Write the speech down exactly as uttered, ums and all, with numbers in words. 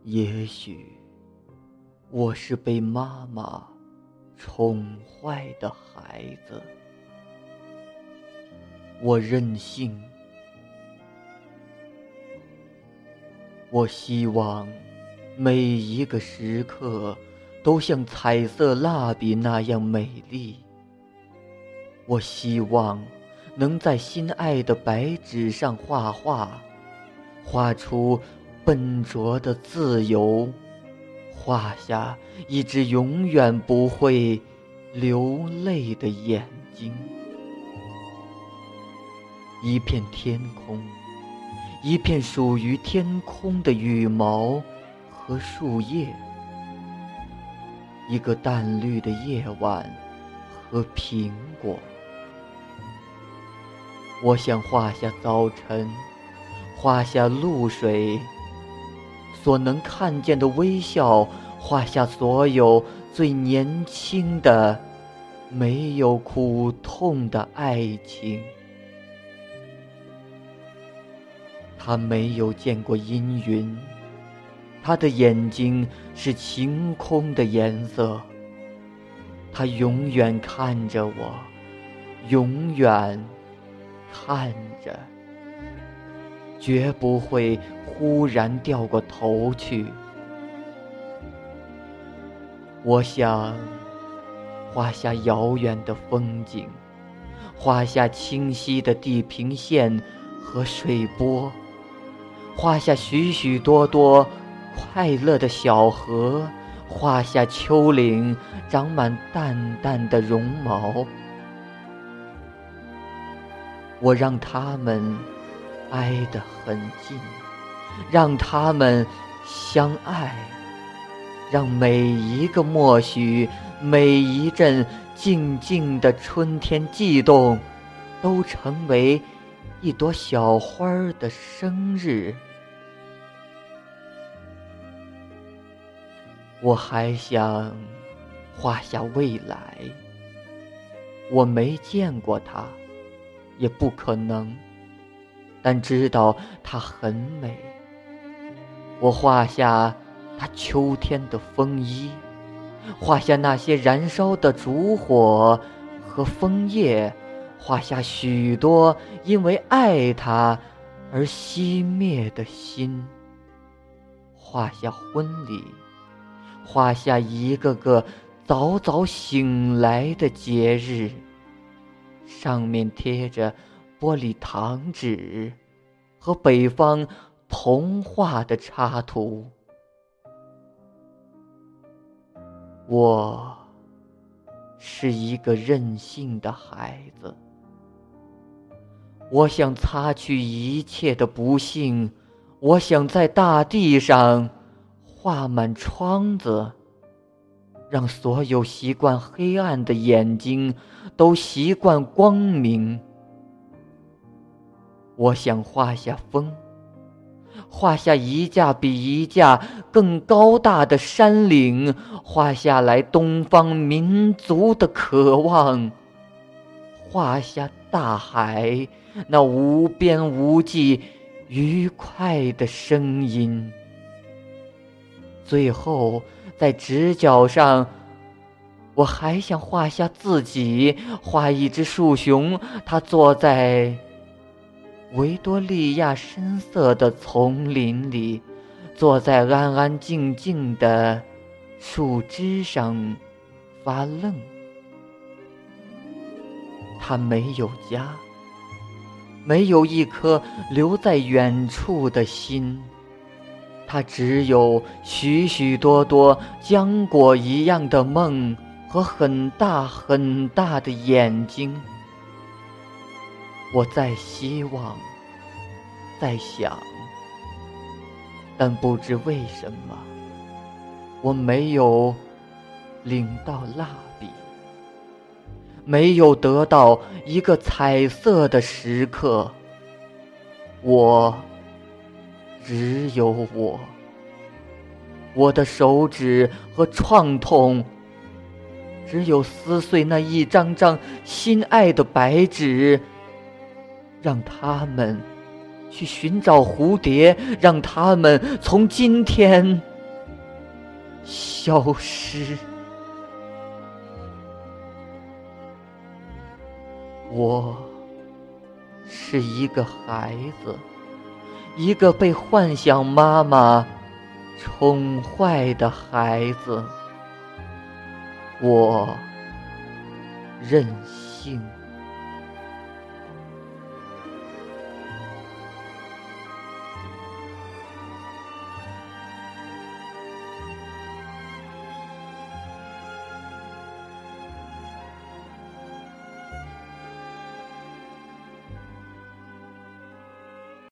也许我是被妈妈宠坏的孩子，我任性，我希望每一个时刻都像彩色蜡笔那样美丽，我希望能在心爱的白纸上画画，画出笨拙的自由，画下一只永远不会流泪的眼睛。一片天空，一片属于天空的羽毛和树叶，一个淡绿的夜晚和苹果。我想画下早晨，画下露水，所能看见的微笑，画下所有最年轻的没有苦痛的爱情。他没有见过阴云，他的眼睛是晴空的颜色，他永远看着我，永远看着，绝不会忽然掉过头去。我想画下遥远的风景，画下清晰的地平线和水波，画下许许多多快乐的小河，画下丘陵长满淡淡的绒毛。我让它们挨得很近，让它们相爱，让每一个默许，每一阵静静的春天悸动，都成为一朵小花的生日。我还想画下未来，我没见过它，也不可能，但知道它很美。我画下它秋天的风衣，画下那些燃烧的烛火和枫叶，画下许多因为爱它而熄灭的心，画下婚礼，画下一个个早早醒来的节日，上面贴着玻璃糖纸和北方童话的插图。我是一个任性的孩子，我想擦去一切的不幸，我想在大地上画满窗子，让所有习惯黑暗的眼睛都习惯光明。我想画下风，画下一架比一架更高大的山岭，画下来东方民族的渴望，画下大海那无边无际愉快的声音。最后在直角上，我还想画下自己，画一只树熊，它坐在维多利亚深色的丛林里，坐在安安静静的树枝上发愣。它没有家，没有一颗留在远处的心，它只有许许多多浆果一样的梦和很大很大的眼睛。我在希望，在想，但不知为什么，我没有领到蜡笔，没有得到一个彩色的时刻。我只有我，我的手指和创痛，只有撕碎那一张张心爱的白纸，让他们去寻找蝴蝶，让他们从今天消失。我是一个孩子，一个被幻想妈妈宠坏的孩子。我任性。